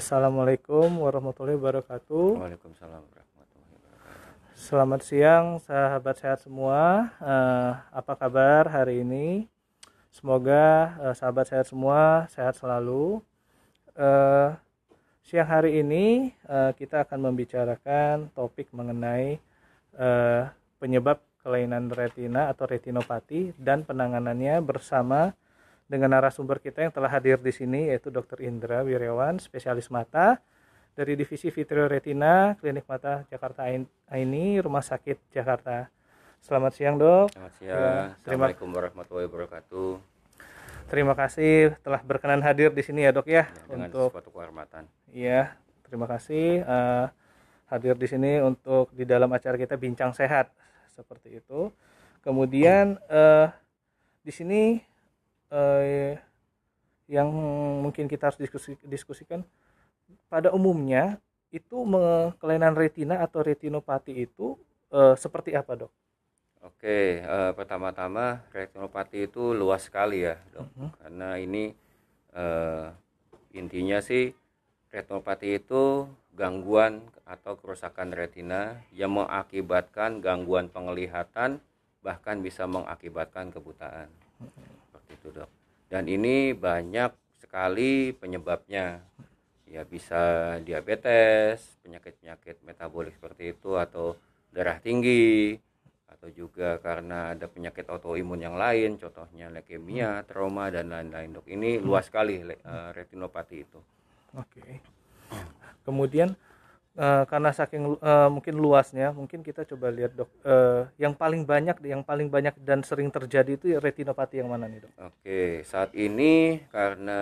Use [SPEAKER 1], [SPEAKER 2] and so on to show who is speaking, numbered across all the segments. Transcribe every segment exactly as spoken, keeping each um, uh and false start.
[SPEAKER 1] Assalamualaikum warahmatullahi wabarakatuh.
[SPEAKER 2] Waalaikumsalam warahmatullahi wabarakatuh.
[SPEAKER 1] Selamat siang sahabat sehat semua. Eh, apa kabar hari ini? Semoga eh, sahabat sehat semua sehat selalu. Eh, siang hari ini eh, kita akan membicarakan topik mengenai eh, penyebab kelainan retina atau retinopati dan penanganannya bersama dengan narasumber kita yang telah hadir di sini, yaitu dokter Indra Wiryawan, spesialis mata dari Divisi Vitrio Retina, Klinik Mata Jakarta Aini, Rumah Sakit Jakarta. Selamat siang, Dok.
[SPEAKER 2] Selamat siang.
[SPEAKER 1] Ya, terima,
[SPEAKER 2] Assalamualaikum warahmatullahi wabarakatuh.
[SPEAKER 1] terima kasih telah berkenan hadir di sini ya, Dok ya.
[SPEAKER 2] Ya, dengan
[SPEAKER 1] untuk
[SPEAKER 2] suatu kehormatan.
[SPEAKER 1] Iya, terima kasih uh, hadir di sini untuk di dalam acara kita Bincang Sehat seperti itu. Kemudian uh, di sini uh, yang mungkin kita harus diskusi, diskusikan pada umumnya itu kelainan retina atau retinopati itu uh, seperti apa, Dok?
[SPEAKER 2] Oke, eh, pertama-tama retinopati itu luas sekali ya, Dok.
[SPEAKER 1] Uh-huh.
[SPEAKER 2] Karena ini eh, intinya sih retinopati itu gangguan atau kerusakan retina yang mengakibatkan gangguan penglihatan, bahkan bisa mengakibatkan kebutaan. Uh-huh. Seperti itu, Dok. Dan ini banyak sekali penyebabnya. Ya bisa diabetes, penyakit-penyakit metabolik seperti itu, atau darah tinggi, atau juga karena ada penyakit autoimun yang lain, contohnya leukemia, trauma, dan lain-lain, Dok. Ini luas sekali uh, retinopati itu.
[SPEAKER 1] Oke. Kemudian uh, karena saking uh, mungkin luasnya, mungkin kita coba lihat, Dok. Uh, yang paling banyak, yang paling banyak dan sering terjadi itu retinopati yang mana nih, Dok?
[SPEAKER 2] Oke, saat ini karena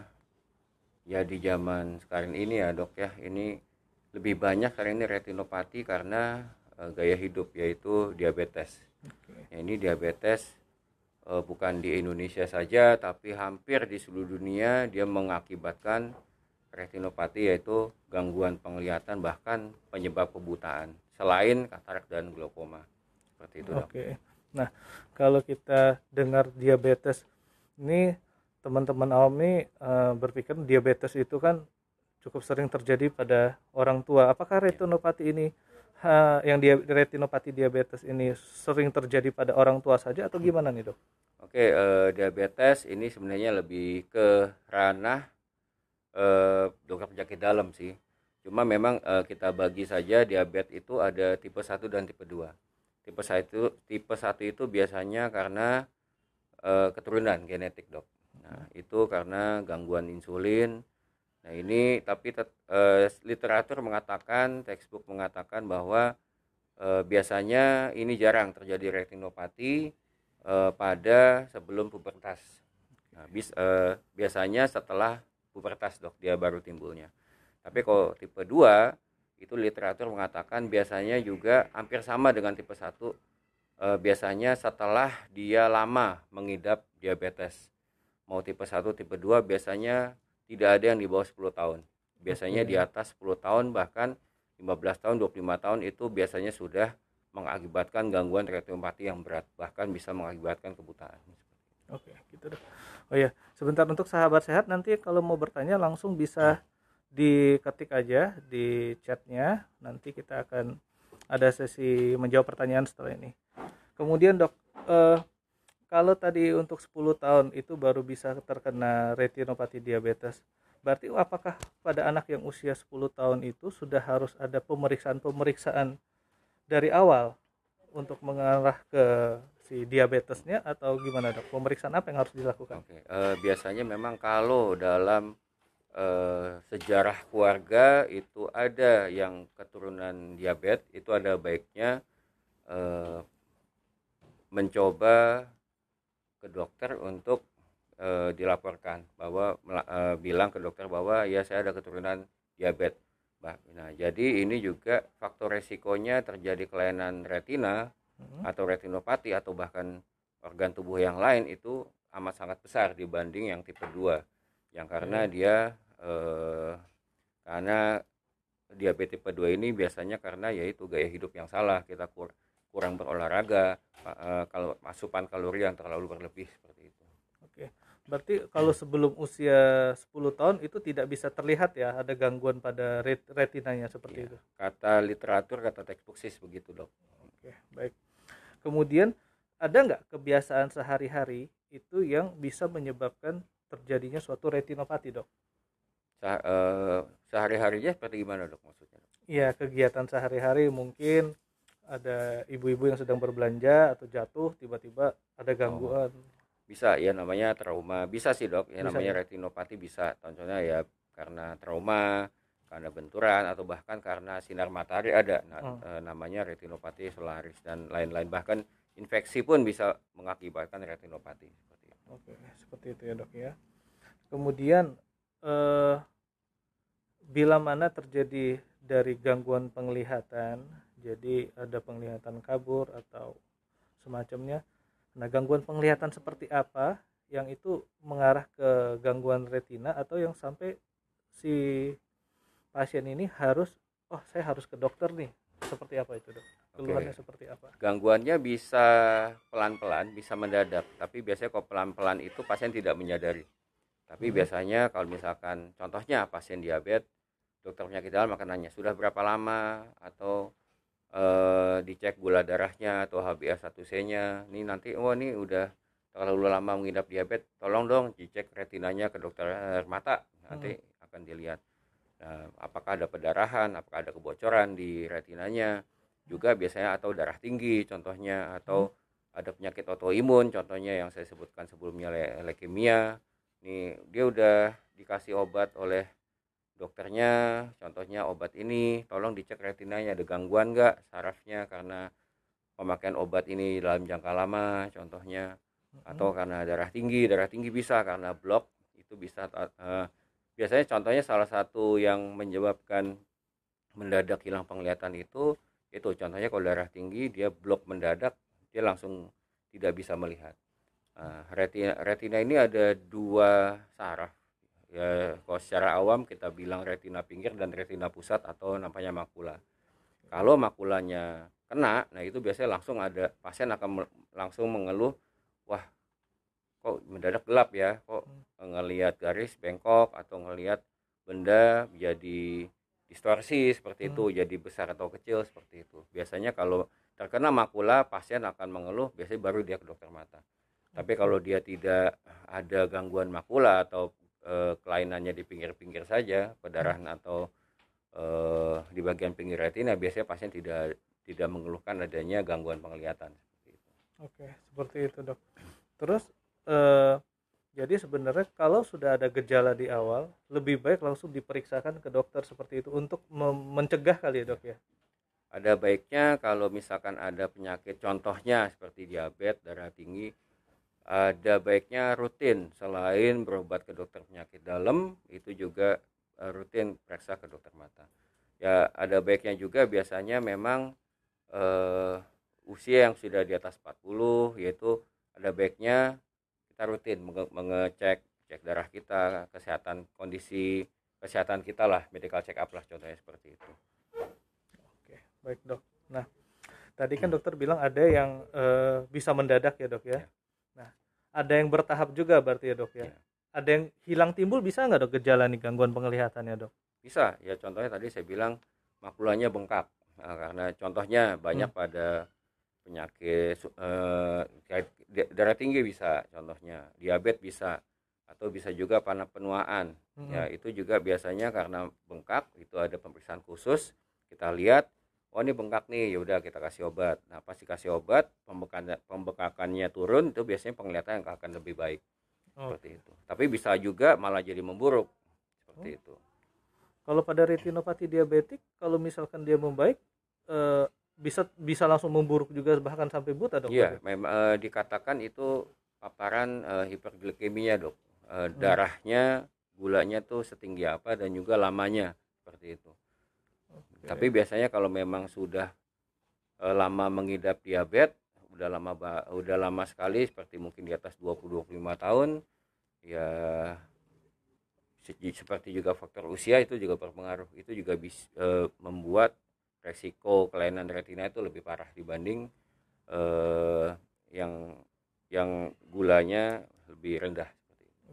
[SPEAKER 2] ya di zaman sekarang ini ya, Dok ya, ini lebih banyak sekarang ini retinopati karena uh, gaya hidup, yaitu diabetes. Okay. Ya, ini diabetes uh, bukan di Indonesia saja, tapi hampir di seluruh dunia dia mengakibatkan retinopati, yaitu gangguan penglihatan, bahkan penyebab kebutaan selain katarak dan glaukoma. Seperti itu, Dok.
[SPEAKER 1] Oke. Nah, kalau kita dengar diabetes ini, teman-teman awam ini uh, berpikir diabetes itu kan cukup sering terjadi pada orang tua. Apakah retinopati ini ha, yang dia retinopati diabetes ini sering terjadi pada orang tua saja atau gimana nih, Dok?
[SPEAKER 2] Oke, eh, diabetes ini sebenarnya lebih ke ranah eh, dokter penyakit dalam sih. Cuma memang eh, kita bagi saja diabetes itu ada tipe satu dan tipe dua. Tipe satu tipe satu itu biasanya karena eh, keturunan genetik, Dok. Nah, itu karena gangguan insulin. Nah, ini tapi tet, eh, literatur mengatakan, textbook mengatakan bahwa eh, biasanya ini jarang terjadi retinopati eh, pada sebelum pubertas. Nah, bis, eh, biasanya setelah pubertas, Dok, dia baru timbulnya. Tapi kalau tipe dua itu literatur mengatakan biasanya juga hampir sama dengan tipe satu, eh, biasanya setelah dia lama mengidap diabetes. Mau tipe satu, tipe dua biasanya tidak ada yang di bawah sepuluh tahun. Biasanya okay. Di atas sepuluh tahun, bahkan lima belas tahun, dua puluh lima tahun itu biasanya sudah mengakibatkan gangguan retinopati yang berat, bahkan bisa mengakibatkan kebutaan.
[SPEAKER 1] Oke, gitu deh. Oh ya, sebentar, untuk sahabat sehat nanti kalau mau bertanya langsung bisa diketik aja di chatnya. Nanti kita akan ada sesi menjawab pertanyaan setelah ini. Kemudian, Dok, eh, kalau tadi untuk sepuluh tahun itu baru bisa terkena retinopati diabetes, berarti apakah pada anak yang usia sepuluh tahun itu sudah harus ada pemeriksaan-pemeriksaan dari awal untuk mengarah ke si diabetesnya, atau gimana, Dok? Pemeriksaan apa yang harus dilakukan?
[SPEAKER 2] Oke, eh, biasanya memang kalau dalam eh, sejarah keluarga itu ada yang keturunan diabetes, itu ada baiknya eh, mencoba ke dokter untuk e, dilaporkan bahwa e, bilang ke dokter bahwa ya saya ada keturunan diabetes. Nah, jadi ini juga faktor resikonya terjadi kelainan retina hmm. atau retinopati atau bahkan organ tubuh yang lain itu amat sangat besar dibanding yang tipe dua, yang karena hmm. dia e, karena diabetes tipe dua ini biasanya karena yaitu gaya hidup yang salah, kita kur, kurang berolahraga, e, kalau asupan kalori yang terlalu berlebih seperti itu.
[SPEAKER 1] Oke, Berarti kalau sebelum usia sepuluh tahun itu tidak bisa terlihat ya ada gangguan pada ret- retinanya seperti
[SPEAKER 2] Ya,
[SPEAKER 1] itu.
[SPEAKER 2] kata literatur, kata textbook sih begitu dok.
[SPEAKER 1] Oke, baik. Kemudian ada nggak kebiasaan sehari-hari itu yang bisa menyebabkan terjadinya suatu retinopati, Dok?
[SPEAKER 2] Sa- eh, sehari-harinya seperti gimana dok maksudnya dok?
[SPEAKER 1] Iya, kegiatan sehari-hari mungkin ada ibu-ibu yang sedang berbelanja atau jatuh tiba-tiba ada
[SPEAKER 2] Oh,
[SPEAKER 1] gangguan.
[SPEAKER 2] bisa ya, namanya trauma, bisa sih dok ya,
[SPEAKER 1] Bisa ya?
[SPEAKER 2] namanya retinopati bisa, contohnya ya karena trauma, karena benturan, atau bahkan karena sinar matahari ada. Nah,
[SPEAKER 1] Oh,
[SPEAKER 2] eh, namanya retinopati solaris dan lain-lain, bahkan infeksi pun bisa mengakibatkan retinopati seperti itu.
[SPEAKER 1] oke, seperti itu ya, Dok ya. Kemudian eh, bila mana terjadi dari gangguan penglihatan, jadi ada penglihatan kabur atau semacamnya. Nah, gangguan penglihatan seperti apa yang itu mengarah ke gangguan retina atau yang sampai si pasien ini harus, oh saya harus ke dokter nih. Seperti apa itu, Dok? Keluhannya
[SPEAKER 2] Oke,
[SPEAKER 1] seperti apa?
[SPEAKER 2] gangguannya bisa pelan-pelan, bisa mendadak, tapi biasanya kalau pelan-pelan itu pasien tidak menyadari. Tapi
[SPEAKER 1] Hmm.
[SPEAKER 2] biasanya kalau misalkan contohnya pasien diabetes, dokter penyakit dalam akan nanya sudah berapa lama, atau eh, dicek gula darahnya atau H b A satu C-nya. Ini nanti, oh ini udah terlalu lama mengidap diabetes, tolong dong dicek retinanya ke dokter mata,
[SPEAKER 1] Hmm.
[SPEAKER 2] nanti akan dilihat. Nah, apakah ada pendarahan, apakah ada kebocoran di retinanya, juga biasanya, atau darah tinggi contohnya,
[SPEAKER 1] Hmm.
[SPEAKER 2] atau ada penyakit autoimun contohnya yang saya sebutkan sebelumnya, le leukemia. Nih dia udah dikasih obat oleh dokternya, contohnya obat ini, tolong dicek retinanya ada gangguan nggak sarafnya karena pemakaian obat ini dalam jangka lama contohnya,
[SPEAKER 1] Hmm.
[SPEAKER 2] atau karena darah tinggi. Darah tinggi bisa karena blok, itu bisa eh, biasanya contohnya salah satu yang menyebabkan mendadak hilang penglihatan itu itu contohnya kalau darah tinggi dia blok mendadak, dia langsung tidak bisa melihat. Nah, retina retina ini ada dua saraf ya, kalau secara awam kita bilang retina pinggir dan retina pusat atau namanya makula. Kalau makulanya kena, nah itu biasanya langsung ada pasien akan langsung mengeluh, wah kok mendadak gelap ya, kok
[SPEAKER 1] Hmm.
[SPEAKER 2] ngelihat garis bengkok, atau ngelihat benda jadi distorsi seperti
[SPEAKER 1] Hmm.
[SPEAKER 2] itu, jadi besar atau kecil seperti itu. Biasanya kalau terkena makula, pasien akan mengeluh, biasanya baru dia ke dokter mata. Tapi
[SPEAKER 1] Oke.
[SPEAKER 2] kalau dia tidak ada gangguan makula atau e, kelainannya di pinggir-pinggir saja,
[SPEAKER 1] Hmm.
[SPEAKER 2] pendarahan atau e, di bagian pinggir retina, biasanya pasien tidak tidak mengeluhkan adanya gangguan penglihatan seperti itu.
[SPEAKER 1] Oke, seperti itu, Dok. Terus eh, jadi sebenarnya kalau sudah ada gejala di awal, lebih baik langsung diperiksakan ke dokter seperti itu untuk mem- mencegah kali ya,
[SPEAKER 2] Ya.
[SPEAKER 1] Dok ya.
[SPEAKER 2] Ada baiknya kalau misalkan ada penyakit contohnya seperti diabetes, darah tinggi, ada baiknya rutin selain berobat ke dokter penyakit dalam, itu juga eh, rutin periksa ke dokter mata. Ya, ada baiknya juga biasanya memang eh, usia yang sudah di atas empat puluh, yaitu ada baiknya kita rutin menge- mengecek cek darah kita, kesehatan, kondisi kesehatan kita lah, medical check up lah contohnya seperti itu.
[SPEAKER 1] Oke, baik, Dok. Nah, tadi kan dokter bilang ada yang eh, bisa mendadak ya, Dok ya.
[SPEAKER 2] Ya,
[SPEAKER 1] Nah, ada yang bertahap juga berarti ya, Dok ya.
[SPEAKER 2] ya.
[SPEAKER 1] Ada yang hilang timbul bisa nggak, Dok, gejala nih gangguan penglihatannya, Dok?
[SPEAKER 2] Bisa ya, contohnya tadi saya bilang makulanya bengkak. Nah, karena contohnya
[SPEAKER 1] Hmm.
[SPEAKER 2] banyak pada penyakit eh, kayak darah tinggi bisa, contohnya diabetes bisa, atau bisa juga pada penuaan.
[SPEAKER 1] Hmm.
[SPEAKER 2] Ya, itu juga biasanya karena bengkak, itu ada pemeriksaan khusus, kita lihat, oh ini bengkak nih, ya udah kita kasih obat. Nah, pasti kasih obat, pembekakannya, pembekakannya turun, itu biasanya penglihatan yang akan lebih baik seperti
[SPEAKER 1] Oke.
[SPEAKER 2] itu. Tapi bisa juga malah jadi memburuk
[SPEAKER 1] Oh,
[SPEAKER 2] seperti itu.
[SPEAKER 1] kalau pada retinopati diabetik, kalau misalkan dia membaik, eh, bisa bisa langsung memburuk juga bahkan sampai buta, Dok,
[SPEAKER 2] Iya,
[SPEAKER 1] berarti.
[SPEAKER 2] memang eh, dikatakan itu paparan eh, hiperglikemia, dok. Eh,
[SPEAKER 1] Hmm.
[SPEAKER 2] darahnya, gulanya tuh setinggi apa dan juga lamanya seperti itu. Tapi
[SPEAKER 1] Oke.
[SPEAKER 2] biasanya kalau memang sudah eh, lama mengidap diabetes, udah lama udah lama sekali, seperti mungkin di atas dua puluh sampai dua puluh lima tahun, ya seperti juga faktor usia itu juga berpengaruh. Itu juga bisa eh, membuat resiko kelainan retina itu lebih parah dibanding eh, yang yang gulanya lebih rendah seperti itu.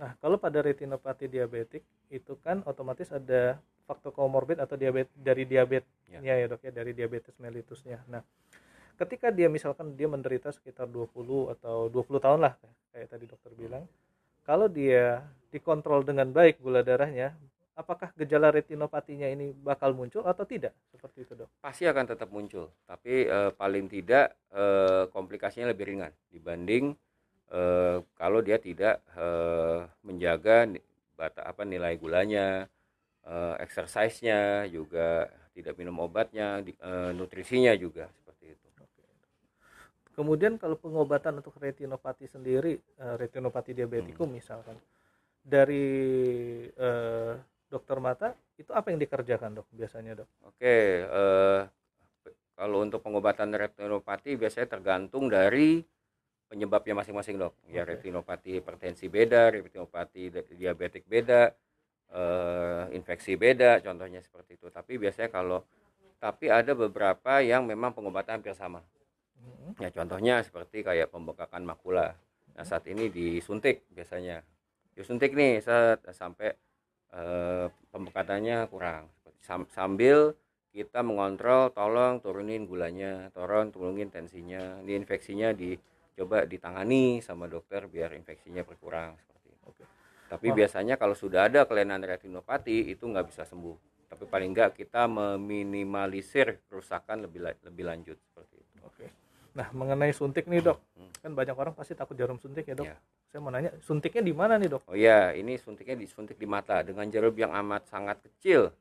[SPEAKER 1] Nah, kalau pada retinopati diabetik itu kan otomatis ada faktor komorbid atau diabetes dari diabetesnya ya. ya dok ya, dari diabetes mellitusnya. Nah, ketika dia misalkan dia menderita sekitar dua puluh atau dua puluh tahun lah kayak tadi dokter bilang, kalau dia dikontrol dengan baik gula darahnya, apakah gejala retinopatinya ini bakal muncul atau tidak? Seperti itu dok.
[SPEAKER 2] Pasti akan tetap muncul, tapi eh, paling tidak eh, komplikasinya lebih ringan dibanding eh, kalau dia tidak eh, menjaga bata apa nilai gulanya, eh, exercise-nya juga, tidak minum obatnya, di, eh, nutrisinya juga seperti itu.
[SPEAKER 1] Kemudian kalau pengobatan untuk retinopati sendiri, eh, retinopati diabetikum hmm. misalkan, dari eh, dokter mata itu apa yang dikerjakan dok biasanya dok?
[SPEAKER 2] Oke, eh, kalau untuk pengobatan retinopati biasanya tergantung dari penyebabnya masing-masing dok. Ya okay. Retinopati hipertensi beda, retinopati diabetik beda, eh, infeksi beda, contohnya seperti itu. Tapi biasanya kalau tapi ada beberapa yang memang pengobatan hampir sama. Hmm. Ya contohnya seperti kayak pembekakan makula. Nah saat ini disuntik biasanya. Disuntik nih saat sampai eh, pembekatannya kurang. Sambil kita mengontrol, tolong turunin gulanya, tolong turunin tensinya, ini infeksinya di coba ditangani sama dokter biar infeksinya berkurang seperti itu. Oke. Tapi oh. biasanya kalau sudah ada kelainan retinopati itu nggak bisa sembuh. Tapi paling nggak kita meminimalisir kerusakan lebih lebih lanjut seperti itu.
[SPEAKER 1] Oke. Nah mengenai suntik nih dok, hmm. kan banyak orang pasti takut jarum suntik ya dok. Ya. Saya mau nanya suntiknya di mana nih dok?
[SPEAKER 2] Oh iya, ini suntiknya disuntik di mata dengan jarum yang amat sangat kecil.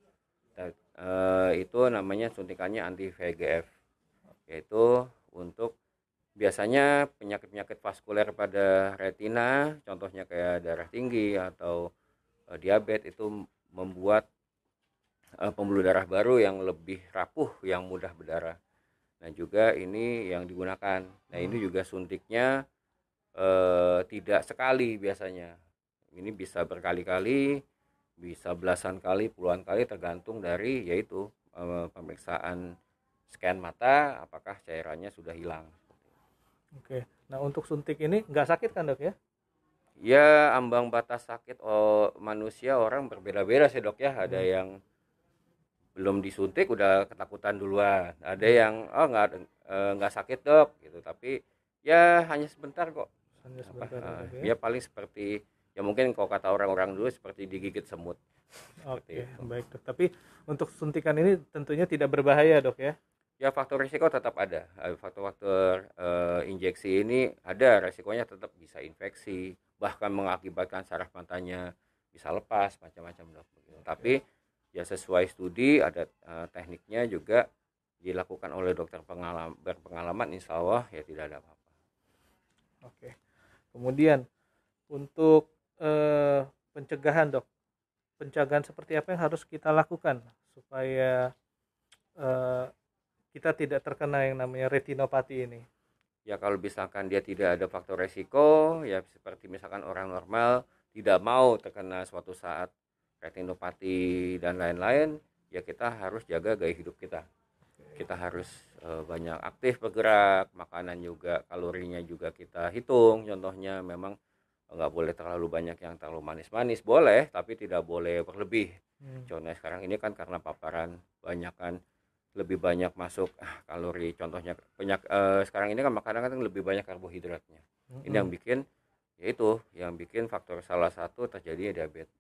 [SPEAKER 2] Uh, itu namanya suntikannya anti V E G F, yaitu untuk biasanya penyakit-penyakit vaskuler pada retina, contohnya kayak darah tinggi atau uh, diabetes itu membuat uh, pembuluh darah baru yang lebih rapuh, yang mudah berdarah. Nah juga ini yang digunakan. Nah hmm. ini juga suntiknya uh, tidak sekali biasanya, ini bisa berkali-kali, bisa belasan kali, puluhan kali, tergantung dari yaitu e, pemeriksaan scan mata apakah cairannya sudah hilang.
[SPEAKER 1] Oke, nah untuk suntik ini nggak sakit kan dok ya?
[SPEAKER 2] Ya ambang batas sakit oh, manusia orang berbeda-beda sih dok ya. Ada hmm. yang belum disuntik udah ketakutan duluan, ada hmm. yang oh nggak e, nggak sakit dok gitu, tapi ya hanya sebentar kok. Hanya sebentar. Apa, e, ya paling seperti ya mungkin kalau kata orang-orang dulu seperti digigit semut.
[SPEAKER 1] Oke, baik dok. Tapi untuk suntikan ini tentunya tidak berbahaya dok ya?
[SPEAKER 2] Ya faktor risiko tetap ada. Faktor-faktor uh, injeksi ini ada, risikonya tetap bisa infeksi, bahkan mengakibatkan saraf matanya bisa lepas, macam-macam dok. Oke. Tapi ya sesuai studi ada uh, tekniknya juga dilakukan oleh dokter pengalaman berpengalaman, insya Allah ya tidak ada apa-apa.
[SPEAKER 1] Oke. Kemudian untuk eh, pencegahan dok, pencegahan seperti apa yang harus kita lakukan supaya eh, kita tidak terkena yang namanya retinopati ini?
[SPEAKER 2] Ya kalau misalkan dia tidak ada faktor resiko, ya seperti misalkan orang normal tidak mau terkena suatu saat retinopati dan lain-lain, ya kita harus jaga gaya hidup kita. Oke. Kita harus eh, banyak aktif bergerak, makanan juga kalorinya juga kita hitung, contohnya memang nggak boleh terlalu banyak yang terlalu manis-manis, boleh tapi tidak boleh berlebih. hmm. Contohnya sekarang ini kan karena paparan banyak kan lebih banyak masuk ah, kalori, contohnya banyak eh, sekarang ini kan makanan kan lebih banyak karbohidratnya. hmm. Ini yang bikin yaitu yang bikin faktor salah satu terjadinya diabetes.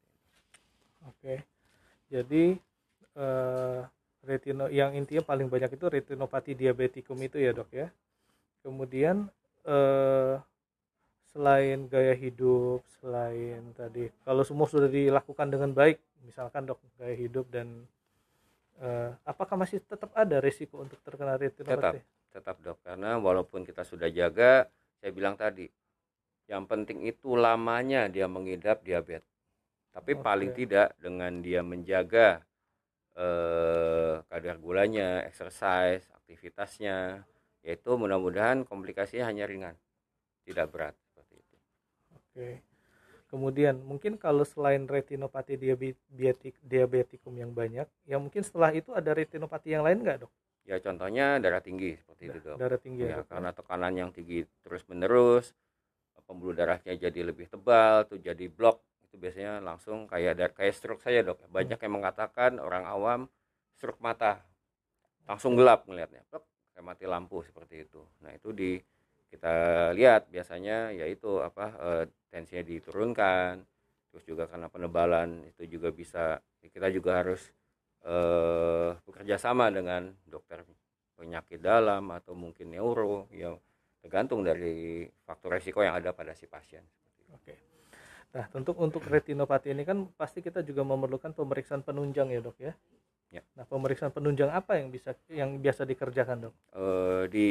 [SPEAKER 1] Oke, jadi eh, retino yang intinya paling banyak itu retinopati diabetikum itu ya dok ya. Kemudian eh, selain gaya hidup, selain tadi kalau semua sudah dilakukan dengan baik, misalkan dok gaya hidup dan uh, apakah masih tetap ada risiko untuk terkena retinopati?
[SPEAKER 2] Tetap, tetap dok, karena walaupun kita sudah jaga, saya bilang tadi, yang penting itu lamanya dia mengidap diabetes. Tapi okay. paling tidak dengan dia menjaga eh, kadar gulanya, exercise, aktivitasnya, yaitu mudah-mudahan komplikasinya hanya ringan, tidak berat.
[SPEAKER 1] Oke. Kemudian mungkin kalau selain retinopati diabetik, diabetikum yang banyak, ya mungkin setelah itu ada retinopati yang lain nggak dok?
[SPEAKER 2] Ya contohnya darah tinggi seperti
[SPEAKER 1] da-
[SPEAKER 2] itu dok.
[SPEAKER 1] Darah tinggi
[SPEAKER 2] ya,
[SPEAKER 1] ya,
[SPEAKER 2] karena tekanan yang tinggi terus menerus, pembuluh darahnya jadi lebih tebal tuh, jadi blok, itu biasanya langsung kayak kayak stroke saya dok. Banyak yang mengatakan orang awam stroke mata, langsung gelap ngelihatnya, kayak mati lampu seperti itu. Nah itu di kita lihat biasanya yaitu apa eh, tensinya diturunkan, terus juga karena penebalan itu juga bisa, kita juga harus eh, bekerja sama dengan dokter penyakit dalam atau mungkin neuro, ya tergantung dari faktor resiko yang ada pada si pasien.
[SPEAKER 1] Oke. Nah, untuk untuk retinopati ini kan pasti kita juga memerlukan pemeriksaan penunjang ya, Dok ya.
[SPEAKER 2] Ya.
[SPEAKER 1] Nah, pemeriksaan penunjang apa yang bisa yang biasa dikerjakan, Dok?
[SPEAKER 2] Eh, di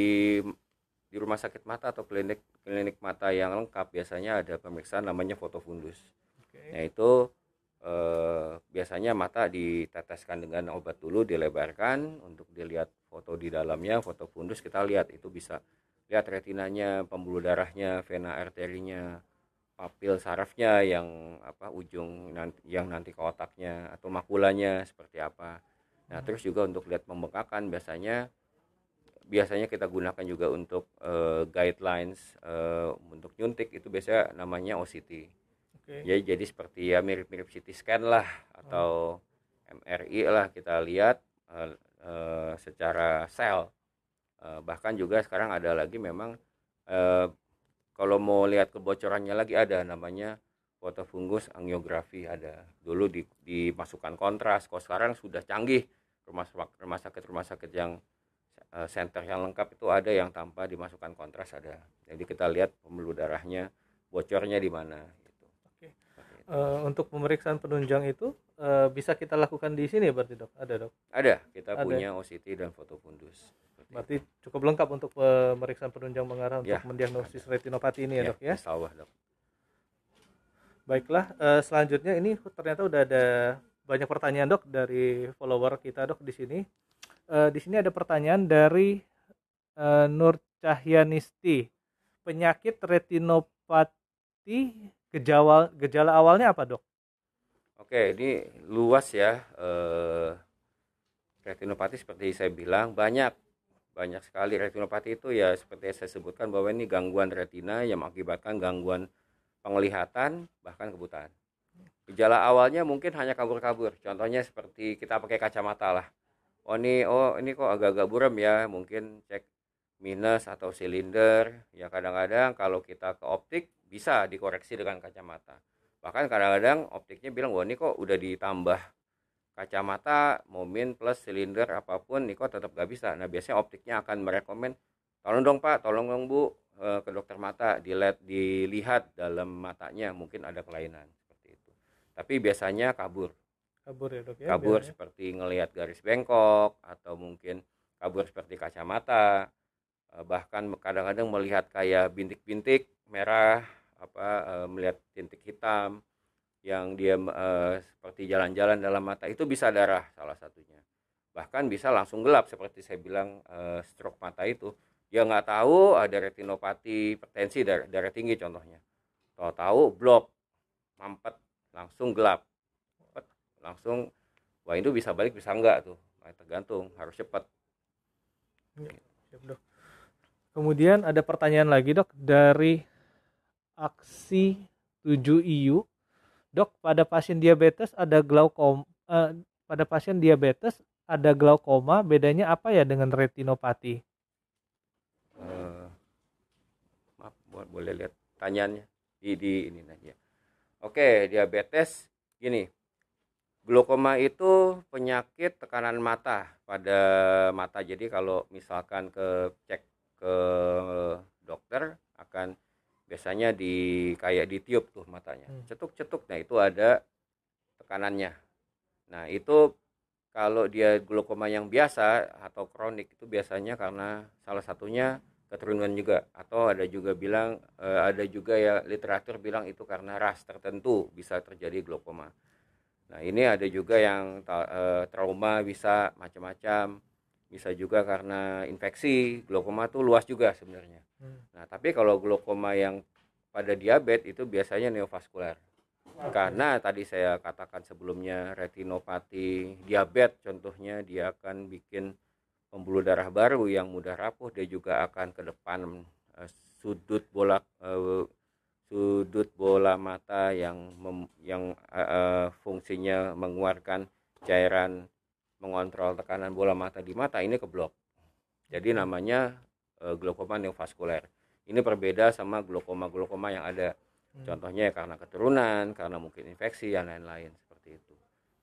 [SPEAKER 2] di rumah sakit mata atau klinik klinik mata yang lengkap biasanya ada pemeriksaan namanya fotofundus.
[SPEAKER 1] Oke.
[SPEAKER 2] Nah, itu eh, biasanya mata diteteskan dengan obat dulu, dilebarkan untuk dilihat foto di dalamnya, foto fundus kita lihat, itu bisa lihat retinanya, pembuluh darahnya, vena arterinya, papil sarafnya yang apa ujung nanti, yang nanti ke otaknya atau makulanya seperti apa. Nah terus juga untuk lihat pembengkakan biasanya biasanya kita gunakan juga untuk uh, guidelines uh, untuk nyuntik, itu biasanya namanya O C T. Okay. Jadi, jadi seperti ya mirip-mirip C T scan lah atau oh. M R I lah, kita lihat uh, uh, secara sel. Uh, bahkan juga sekarang ada lagi memang uh, kalau mau lihat kebocorannya lagi ada namanya fotofungus angiografi, ada. Dulu di, dimasukkan kontras, kalau sekarang sudah canggih rumah rumah sakit rumah sakit yang uh, center yang lengkap itu ada yang tanpa dimasukkan kontras ada. Jadi kita lihat pembuluh darahnya bocornya di mana. Gitu.
[SPEAKER 1] Oke. Uh, untuk pemeriksaan penunjang itu uh, bisa kita lakukan di sini berarti dok? Ada dok?
[SPEAKER 2] Ada, kita
[SPEAKER 1] ada.
[SPEAKER 2] Punya O C T dan fotofundus.
[SPEAKER 1] Berarti cukup lengkap untuk pemeriksaan penunjang mengarah untuk
[SPEAKER 2] ya,
[SPEAKER 1] mendiagnosis ada. retinopati ini ya, ya dok ya?
[SPEAKER 2] Insya Allah dok.
[SPEAKER 1] Baiklah, uh, selanjutnya ini ternyata udah ada banyak pertanyaan dok dari follower kita dok di sini. Uh, di sini ada pertanyaan dari uh, Nur Cahyanisti. Penyakit retinopati gejala gejala awalnya apa dok?
[SPEAKER 2] Oke, ini luas ya. Uh, retinopati seperti saya bilang banyak banyak sekali. Retinopati itu ya seperti saya sebutkan bahwa ini gangguan retina yang mengakibatkan gangguan penglihatan bahkan kebutaan. Gejala awalnya mungkin hanya kabur-kabur. Contohnya seperti kita pakai kacamata lah. Oh ini oh ini kok agak-agak buram ya, mungkin cek minus atau silinder. Ya kadang-kadang kalau kita ke optik bisa dikoreksi dengan kacamata. Bahkan kadang-kadang optiknya bilang wah ini kok udah ditambah kacamata mau min plus silinder apapun ini kok tetap gak bisa. Nah biasanya optiknya akan merekomen tolong dong pak, tolong dong bu ke dokter mata dilihat dilihat dalam matanya mungkin ada kelainan seperti itu. Tapi biasanya kabur.
[SPEAKER 1] Kabur ya dok ya.
[SPEAKER 2] Kabur biasanya seperti ngelihat garis bengkok atau mungkin kabur seperti kacamata. Bahkan kadang-kadang melihat kayak bintik-bintik merah apa melihat bintik hitam yang dia uh, seperti jalan-jalan dalam mata, itu bisa darah salah satunya. Bahkan bisa langsung gelap seperti saya bilang uh, stroke mata itu. Dia nggak tahu ada retinopati, hipertensi, darah, darah tinggi contohnya. Tahu-tahu blok, mampet, langsung gelap. Langsung, wah itu bisa balik bisa enggak tuh. Nah, tergantung, harus cepat.
[SPEAKER 1] Ya, siap dok. Kemudian ada pertanyaan lagi dok dari Aksi tujuh I U. Dok, pada pasien diabetes ada glaukoma, eh, pada pasien diabetes ada glaukoma, bedanya apa ya dengan retinopati?
[SPEAKER 2] Uh, maaf, boleh lihat tanyaannya di di ini aja. Oke, diabetes gini. Glaukoma itu penyakit tekanan mata pada mata. Jadi kalau misalkan ke cek ke dokter akan biasanya di kayak ditiup tuh matanya, cetuk-cetuk. Nah itu ada tekanannya. Nah itu kalau dia glaukoma yang biasa atau kronik itu biasanya karena salah satunya keturunan juga, atau ada juga bilang eh, ada juga ya literatur bilang itu karena ras tertentu bisa terjadi glaukoma. Nah ini ada juga yang eh, trauma, bisa macam-macam, bisa juga karena infeksi. Glaukoma tuh luas juga sebenarnya. Hmm. Nah tapi kalau glaukoma yang pada diabetes itu biasanya neovaskular. Karena tadi saya katakan sebelumnya retinopati diabetes contohnya dia akan bikin pembuluh darah baru yang mudah rapuh, dia juga akan ke depan eh, sudut bolak eh, sudut bola mata yang mem, yang uh, fungsinya mengeluarkan cairan mengontrol tekanan bola mata di mata ini keblok. Jadi namanya uh, glaukoma neovaskuler. Ini berbeda sama glaukoma-glaukoma yang ada. Hmm. Contohnya ya karena keturunan, karena mungkin infeksi dan lain-lain seperti itu.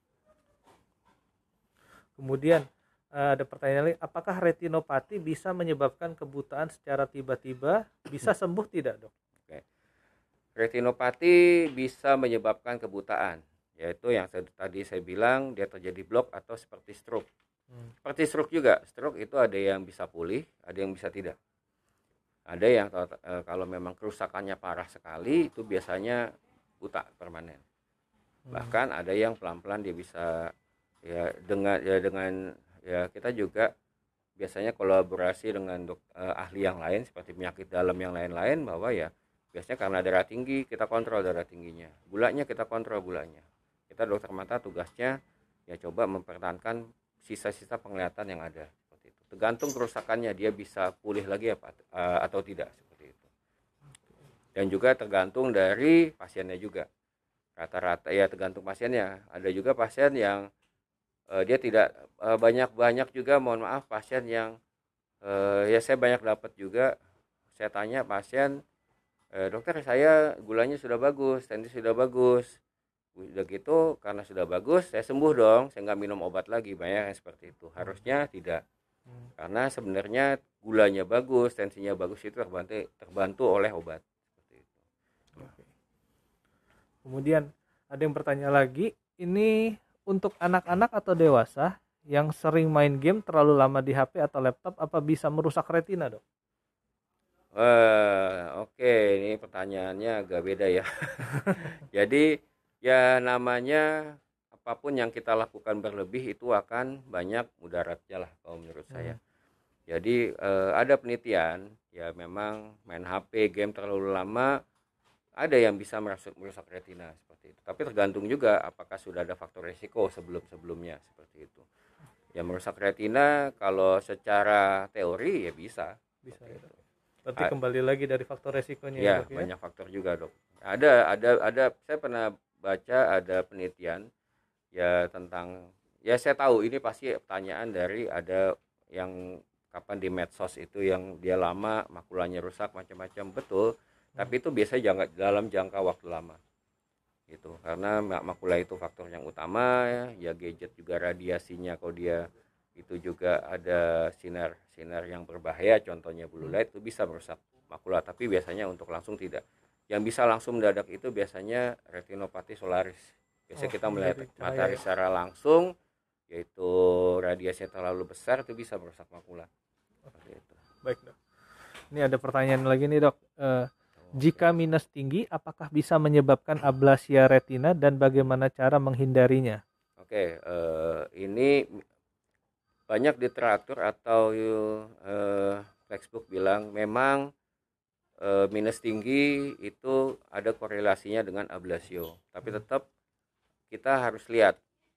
[SPEAKER 1] Kemudian ada pertanyaan lagi, apakah retinopati bisa menyebabkan kebutaan secara tiba-tiba? Bisa sembuh tidak, Dok?
[SPEAKER 2] Oke. Retinopati bisa menyebabkan kebutaan, yaitu yang tadi saya bilang dia terjadi blok atau seperti stroke. Hmm. Seperti stroke juga, stroke itu ada yang bisa pulih, ada yang bisa tidak. Ada yang kalau memang kerusakannya parah sekali itu biasanya buta permanen. Hmm. Bahkan ada yang pelan-pelan dia bisa ya dengan ya dengan ya kita juga biasanya kolaborasi dengan dok, eh, ahli yang lain seperti penyakit dalam yang lain-lain bahwa ya biasanya karena darah tinggi kita kontrol darah tingginya, gulanya kita kontrol gulanya. Kita dokter mata tugasnya ya coba mempertahankan sisa-sisa penglihatan yang ada seperti itu. Tergantung kerusakannya dia bisa pulih lagi apa uh, atau tidak seperti itu. Dan juga tergantung dari pasiennya juga. Rata-rata ya tergantung pasiennya. Ada juga pasien yang uh, dia tidak uh, banyak-banyak juga mohon maaf pasien yang uh, ya saya banyak dapat juga saya tanya pasien E, dokter saya gulanya sudah bagus, tensi sudah bagus, udah gitu karena sudah bagus saya sembuh dong, saya nggak minum obat lagi, banyak yang seperti itu. Harusnya tidak, hmm. karena sebenarnya gulanya bagus, tensinya bagus itu terbantu terbantu oleh obat seperti itu.
[SPEAKER 1] Oke. Kemudian ada yang bertanya lagi, ini untuk anak-anak atau dewasa yang sering main game terlalu lama di H P atau laptop, apa bisa merusak retina, Dok?
[SPEAKER 2] Uh, Oke, okay. Ini pertanyaannya agak beda ya. Jadi ya namanya apapun yang kita lakukan berlebih itu akan banyak mudaratnya lah kalau menurut hmm. saya. Jadi uh, ada penelitian ya memang main H P game terlalu lama ada yang bisa merusak, merusak retina seperti itu. Tapi tergantung juga apakah sudah ada faktor risiko sebelum-sebelumnya seperti itu. Ya merusak retina kalau secara teori ya bisa.
[SPEAKER 1] Bisa itu. Berarti kembali lagi dari faktor resikonya
[SPEAKER 2] ya, ya banyak faktor juga dok. Ada ada ada saya pernah baca ada penelitian ya tentang ya saya tahu ini pasti pertanyaan dari ada yang kapan di medsos itu yang dia lama makulanya rusak macam-macam betul, hmm. tapi itu biasanya jangka, dalam jangka waktu lama gitu karena makula itu faktor yang utama ya, ya gadget juga radiasinya kalau dia itu juga ada sinar sinar yang berbahaya contohnya blue light itu bisa merusak makula tapi biasanya untuk langsung tidak. Yang bisa langsung mendadak itu biasanya retinopati solaris. Biasanya oh, kita melihat matahari secara langsung yaitu radiasinya terlalu besar itu bisa merusak makula. Seperti itu.
[SPEAKER 1] Baik dok. Ini ada pertanyaan lagi nih dok. Uh, jika minus tinggi apakah bisa menyebabkan ablasia retina dan bagaimana cara menghindarinya?
[SPEAKER 2] Oke, uh, ini banyak literatur atau uh, textbook bilang memang uh, minus tinggi itu ada korelasinya dengan ablasio. Tapi tetap kita harus lihat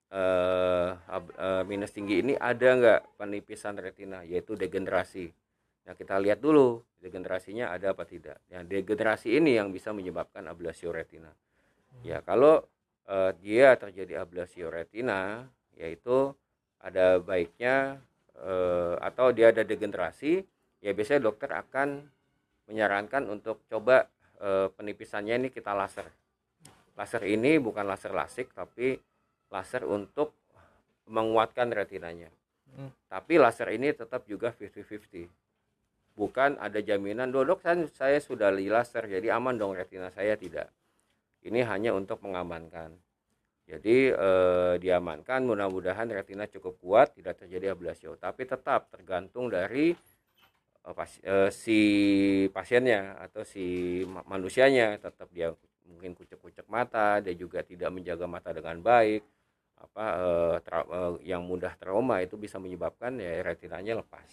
[SPEAKER 2] uh, uh, minus tinggi ini ada nggak penipisan retina, yaitu degenerasi. Nah kita lihat dulu degenerasinya ada apa tidak. Yang degenerasi ini yang bisa menyebabkan ablasio retina. Ya kalau uh, dia terjadi ablasio retina, yaitu ada baiknya eh, atau dia ada degenerasi ya biasanya dokter akan menyarankan untuk coba eh, penipisannya ini kita laser. Laser ini bukan laser lasik tapi laser untuk menguatkan retinanya. Hmm. Tapi laser ini tetap juga lima puluh lima puluh. Bukan ada jaminan dok saya, saya sudah di laser jadi aman dong retina saya, tidak. Ini hanya untuk mengamankan. Jadi eh, diamankan, mudah-mudahan retina cukup kuat, tidak terjadi ablasio. Tapi tetap tergantung dari eh, pas, eh, si pasiennya atau si manusianya. Tetap dia mungkin kucek-kucek mata, dia juga tidak menjaga mata dengan baik. Apa eh, tra- eh, yang mudah trauma itu bisa menyebabkan ya retinanya lepas.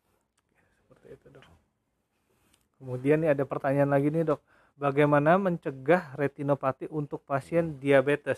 [SPEAKER 1] Seperti itu dok. Kemudian nih ada pertanyaan lagi nih dok. Bagaimana mencegah retinopati untuk pasien diabetes?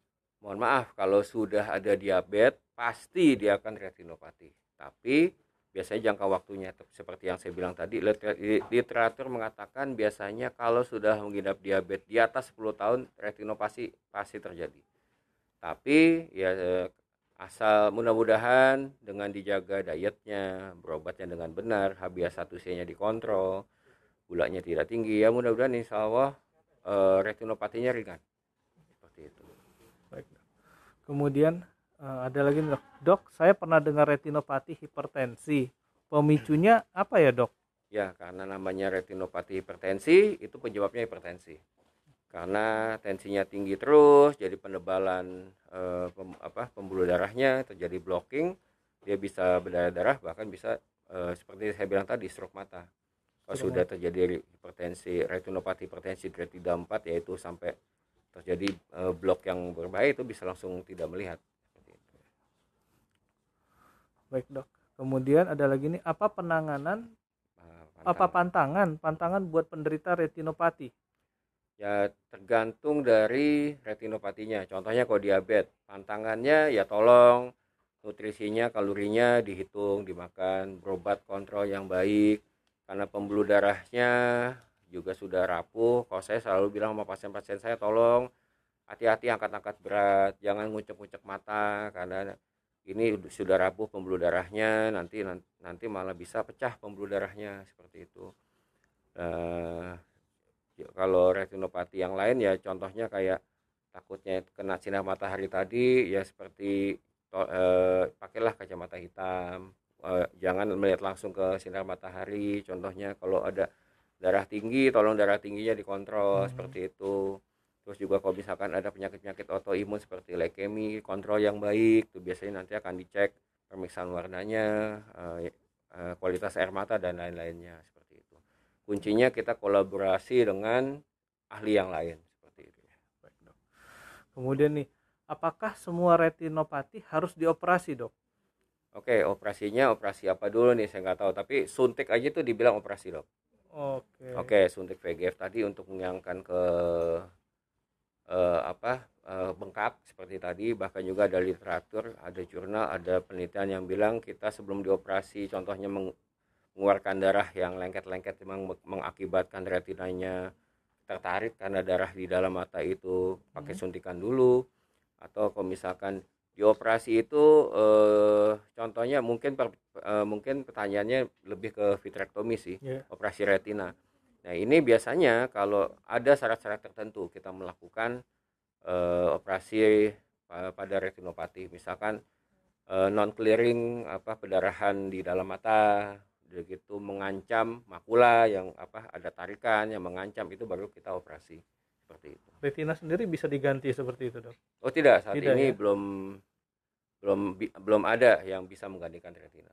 [SPEAKER 2] Mohon maaf, kalau sudah ada diabetes, pasti dia akan retinopati. Tapi biasanya jangka waktunya seperti yang saya bilang tadi, literatur mengatakan biasanya kalau sudah mengidap diabetes di atas sepuluh tahun retinopati pasti terjadi. Tapi ya asal mudah-mudahan dengan dijaga dietnya, berobatnya dengan benar, H b A satu C nya dikontrol, gulanya tidak tinggi, ya mudah-mudahan insya Allah eh, retinopatinya ringan. Seperti itu.
[SPEAKER 1] Baik. Kemudian uh, ada lagi dok, dok saya pernah dengar retinopati hipertensi, pemicunya apa ya dok?
[SPEAKER 2] Ya, karena namanya retinopati hipertensi, itu penyebabnya hipertensi. Karena tensinya tinggi terus, jadi penebalan eh, pem, apa, pembuluh darahnya terjadi blocking, dia bisa berdarah-darah, bahkan bisa eh, seperti saya bilang tadi, stroke mata. Kalau sudah terjadi hipertensi, retinopati hipertensi grade tiga empat, yaitu sampai terjadi eh, blok yang berbahaya, itu bisa langsung tidak melihat.
[SPEAKER 1] Baik dok. Kemudian ada lagi nih, apa penanganan pantangan. apa pantangan pantangan buat penderita retinopati?
[SPEAKER 2] Ya tergantung dari retinopatinya. Contohnya kalau diabetes, pantangannya ya tolong nutrisinya, kalorinya dihitung, dimakan, berobat kontrol yang baik. Karena pembuluh darahnya juga sudah rapuh. Kalau saya selalu bilang sama pasien-pasien saya, tolong hati-hati angkat-angkat berat, jangan ngucek-ngucek mata karena ini sudah rapuh pembuluh darahnya, nanti nanti malah bisa pecah pembuluh darahnya seperti itu. Uh, kalau retinopati yang lain ya contohnya kayak takutnya kena sinar matahari tadi, ya seperti to, eh, pakailah kacamata hitam, eh, jangan melihat langsung ke sinar matahari. Contohnya kalau ada darah tinggi, tolong darah tingginya dikontrol, hmm. seperti itu. Terus juga kalau misalkan ada penyakit-penyakit autoimun seperti leukemi, kontrol yang baik, itu biasanya nanti akan dicek pemeriksaan warnanya, eh, eh, kualitas air mata dan lain-lainnya. Kuncinya kita kolaborasi dengan ahli yang lain seperti itu.
[SPEAKER 1] Kemudian nih, apakah semua retinopati harus dioperasi dok?
[SPEAKER 2] Oke, operasinya operasi apa dulu nih saya nggak tahu, tapi suntik aja tuh dibilang operasi dok.
[SPEAKER 1] Oke.
[SPEAKER 2] Oke, suntik V G F tadi untuk menghilangkan ke eh, apa eh, bengkak seperti tadi, bahkan juga ada literatur, ada jurnal, ada penelitian yang bilang kita sebelum dioperasi, contohnya meng mengeluarkan darah yang lengket-lengket memang mengakibatkan retinanya tertarik karena darah di dalam mata itu, pakai suntikan dulu. Atau kalau misalkan dioperasi itu eh, contohnya mungkin per, eh, mungkin pertanyaannya lebih ke vitrektomi sih, yeah. Operasi retina. Nah ini biasanya kalau ada syarat-syarat tertentu kita melakukan eh, operasi pada retinopati, misalkan eh, non clearing apa pendarahan di dalam mata, begitu mengancam makula yang apa ada tarikan yang mengancam, itu baru kita operasi seperti itu.
[SPEAKER 1] Retina sendiri bisa diganti seperti itu dok?
[SPEAKER 2] Oh tidak, saat
[SPEAKER 1] tidak,
[SPEAKER 2] ini
[SPEAKER 1] ya?
[SPEAKER 2] belum belum belum ada yang bisa menggantikan retina.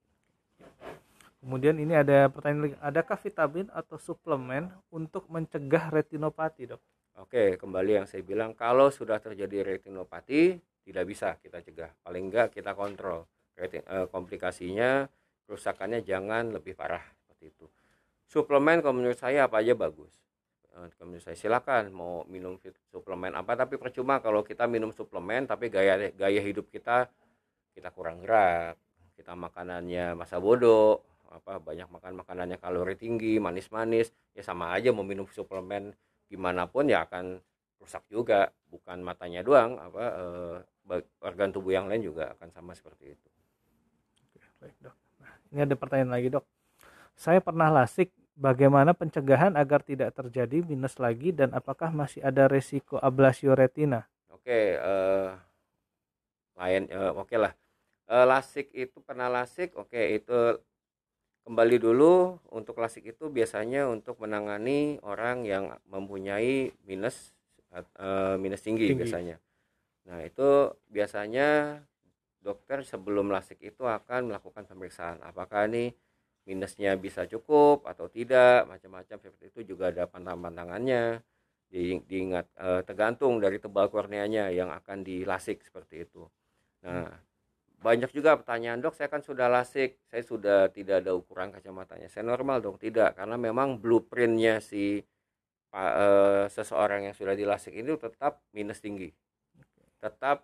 [SPEAKER 1] Kemudian ini ada pertanyaan lagi, adakah vitamin atau suplemen untuk mencegah retinopati dok?
[SPEAKER 2] Oke, kembali yang saya bilang, kalau sudah terjadi retinopati tidak bisa kita cegah, paling enggak kita kontrol retin, eh, komplikasinya, kerusakannya jangan lebih parah seperti itu. Suplemen kalau menurut saya apa aja bagus. Kalau menurut saya silakan mau minum suplemen apa, tapi percuma kalau kita minum suplemen tapi gaya gaya hidup kita kita kurang gerak, kita makanannya masa bodoh, apa banyak makan makanannya kalori tinggi, manis-manis, ya sama aja mau minum suplemen gimana pun ya akan rusak juga, bukan matanya doang, apa eh, organ tubuh yang lain juga akan sama seperti itu.
[SPEAKER 1] Oke, baik dok. Ini ada pertanyaan lagi dok. Saya pernah lasik, bagaimana pencegahan agar tidak terjadi minus lagi dan apakah masih ada resiko ablasio retina?
[SPEAKER 2] Oke, eh, lain, eh, oke lah. Eh, lasik itu pernah lasik, oke itu kembali dulu untuk lasik itu biasanya untuk menangani orang yang mempunyai minus eh, minus tinggi, tinggi biasanya. Nah itu biasanya dokter sebelum lasik itu akan melakukan pemeriksaan apakah nih minusnya bisa cukup atau tidak, macam-macam seperti itu. Juga ada pantangan-pantangannya, di, diingat eh, tergantung dari tebal korneanya yang akan dilasik seperti itu. Nah banyak juga pertanyaan, dok saya kan sudah lasik, saya sudah tidak ada ukuran kacamatanya, saya normal dong? Tidak, karena memang blueprintnya si eh, seseorang yang sudah dilasik itu tetap minus tinggi, tetap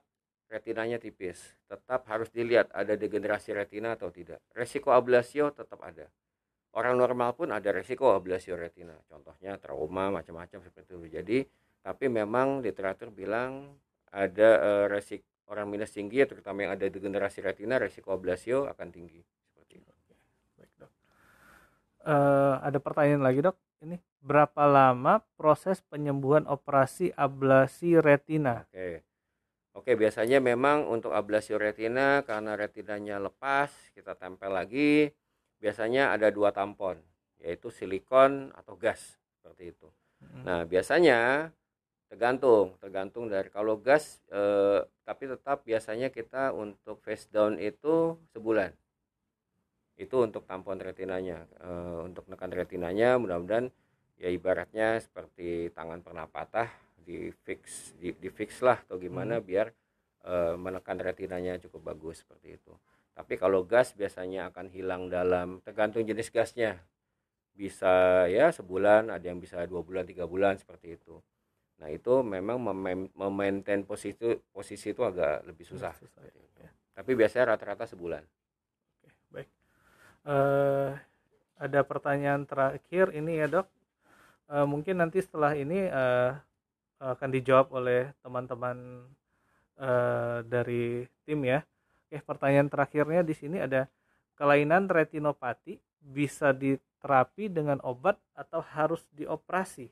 [SPEAKER 2] retinanya tipis, tetap harus dilihat ada degenerasi retina atau tidak. Resiko ablasio tetap ada. Orang normal pun ada resiko ablasio retina, contohnya trauma macam-macam seperti itu. Jadi tapi memang literatur bilang ada uh, resiko orang minus tinggi, terutama yang ada degenerasi retina, resiko ablasio akan tinggi seperti itu.
[SPEAKER 1] Baik, Dok. Uh, ada pertanyaan lagi, Dok. Ini berapa lama proses penyembuhan operasi ablasi retina?
[SPEAKER 2] Oke. Oke, biasanya memang untuk ablasio retina karena retinanya lepas, kita tempel lagi. Biasanya ada dua tampon, yaitu silikon atau gas seperti itu. Hmm. Nah, biasanya tergantung, tergantung dari kalau gas, eh, tapi tetap biasanya kita untuk face down itu sebulan. Itu untuk tampon retinanya, eh, untuk menekan retinanya, mudah-mudahan ya ibaratnya seperti tangan pernah patah, di fix, di, di fix lah atau gimana hmm. biar eh, menekan retinanya cukup bagus seperti itu. Tapi kalau gas biasanya akan hilang dalam, tergantung jenis gasnya, bisa ya sebulan, ada yang bisa dua bulan, tiga bulan seperti itu. Nah itu memang memaintain posisi posisi itu agak lebih susah. susah ya. Tapi biasanya rata-rata sebulan.
[SPEAKER 1] Oke, baik. Uh, ada pertanyaan terakhir ini ya, Dok. Uh, mungkin nanti setelah ini uh, akan dijawab oleh teman-teman uh, dari tim ya. Oke, pertanyaan terakhirnya di sini ada, kelainan retinopati bisa diterapi dengan obat atau harus dioperasi?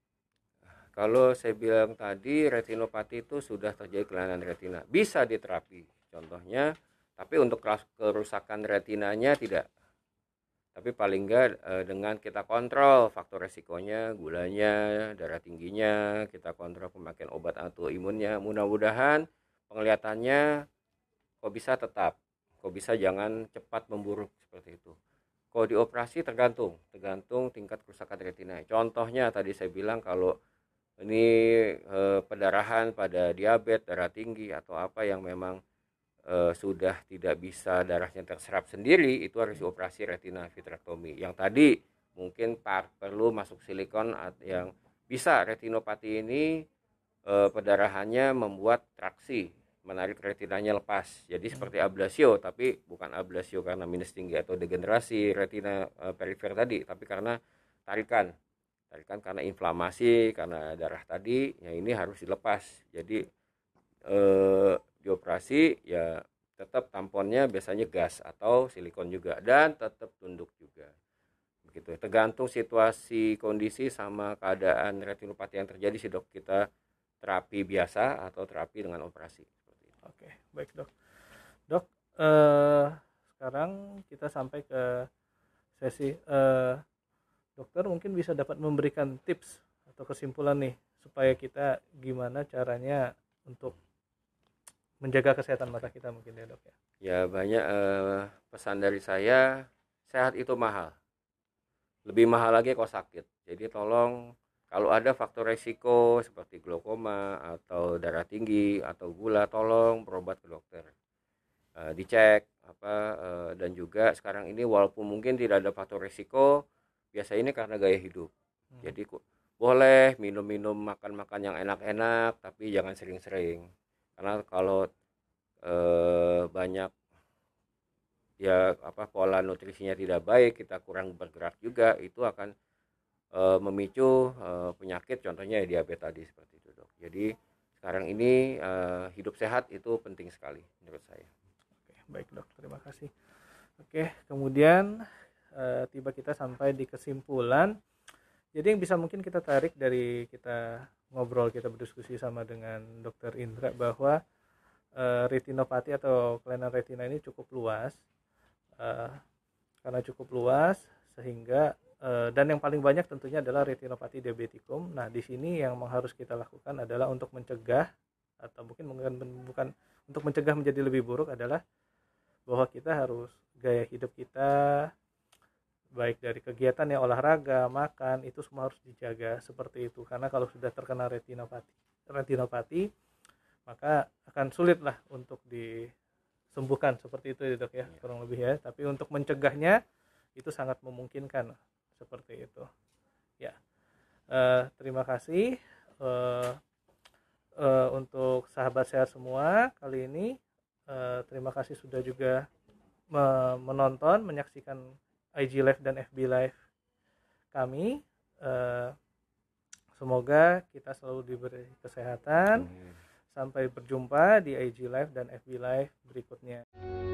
[SPEAKER 2] Kalau saya bilang tadi, retinopati itu sudah terjadi kelainan retina, bisa diterapi contohnya, tapi untuk kerusakan retinanya tidak. Tapi paling enggak dengan kita kontrol faktor resikonya, gulanya, darah tingginya, kita kontrol pemakaian obat autoimunnya, mudah-mudahan penglihatannya kok bisa tetap, kok bisa jangan cepat memburuk seperti itu. Kalau dioperasi tergantung, tergantung tingkat kerusakan retina. Contohnya tadi saya bilang kalau ini eh, pendarahan pada diabetes, darah tinggi atau apa yang memang eh, sudah tidak bisa darahnya terserap sendiri, itu harus dioperasi retina vitrektomi. Yang tadi mungkin par, perlu masuk silikon yang bisa retinopati ini eh, pendarahannya membuat traksi, menarik retinanya lepas. Jadi seperti ablasio, tapi bukan ablasio karena minus tinggi atau degenerasi retina eh, perifer tadi, tapi karena tarikan. Tarikan karena inflamasi, karena darah tadi, ya ini harus dilepas. Jadi eh, dioperasi ya tetap tamponnya biasanya gas atau silikon juga, dan tetap tunduk juga. Begitu. Tergantung situasi, kondisi sama keadaan retinopati yang terjadi sih, Dok, kita terapi biasa atau terapi dengan operasi.
[SPEAKER 1] Oke, baik, Dok. Dok, eh, sekarang kita sampai ke sesi eh, dokter mungkin bisa dapat memberikan tips atau kesimpulan nih supaya kita gimana caranya untuk menjaga kesehatan mata kita mungkin ya, Dok ya.
[SPEAKER 2] Ya banyak eh, pesan dari saya, sehat itu mahal. Lebih mahal lagi kalau sakit. Jadi tolong kalau ada faktor resiko seperti glaukoma atau darah tinggi atau gula, tolong berobat ke dokter. E, dicek apa e, dan juga sekarang ini walaupun mungkin tidak ada faktor resiko, biasa ini karena gaya hidup. Hmm. Jadi boleh minum-minum, makan-makan yang enak-enak, tapi jangan sering-sering. Karena kalau e, banyak ya apa pola nutrisinya tidak baik, kita kurang bergerak juga, itu akan e, memicu e, penyakit, contohnya ya diabetes tadi seperti itu, Dok. Jadi sekarang ini e, hidup sehat itu penting sekali menurut saya.
[SPEAKER 1] Oke, baik, Dok, terima kasih. Oke, kemudian e, tiba kita sampai di kesimpulan. Jadi yang bisa mungkin kita tarik dari kita ngobrol, kita berdiskusi sama dengan Dokter Indra bahwa e, retinopati atau kelainan retina ini cukup luas. Uh, karena cukup luas sehingga uh, dan yang paling banyak tentunya adalah retinopati diabetikum. Nah, di sini yang harus kita lakukan adalah untuk mencegah, atau mungkin bukan, bukan untuk mencegah menjadi lebih buruk, adalah bahwa kita harus gaya hidup kita, baik dari kegiatan ya, olahraga, makan, itu semua harus dijaga seperti itu. Karena kalau sudah terkena retinopati, retinopati maka akan sulit lah untuk di sembuhkan seperti itu ya, Dok ya, kurang lebih ya. Tapi untuk mencegahnya itu sangat memungkinkan seperti itu ya. Uh, terima kasih uh, uh, untuk sahabat sehat semua kali ini. Uh, terima kasih sudah juga me- menonton, menyaksikan I G Live dan F B Live kami. Uh, semoga kita selalu diberi kesehatan. Sampai berjumpa di I G Live dan F B Live berikutnya.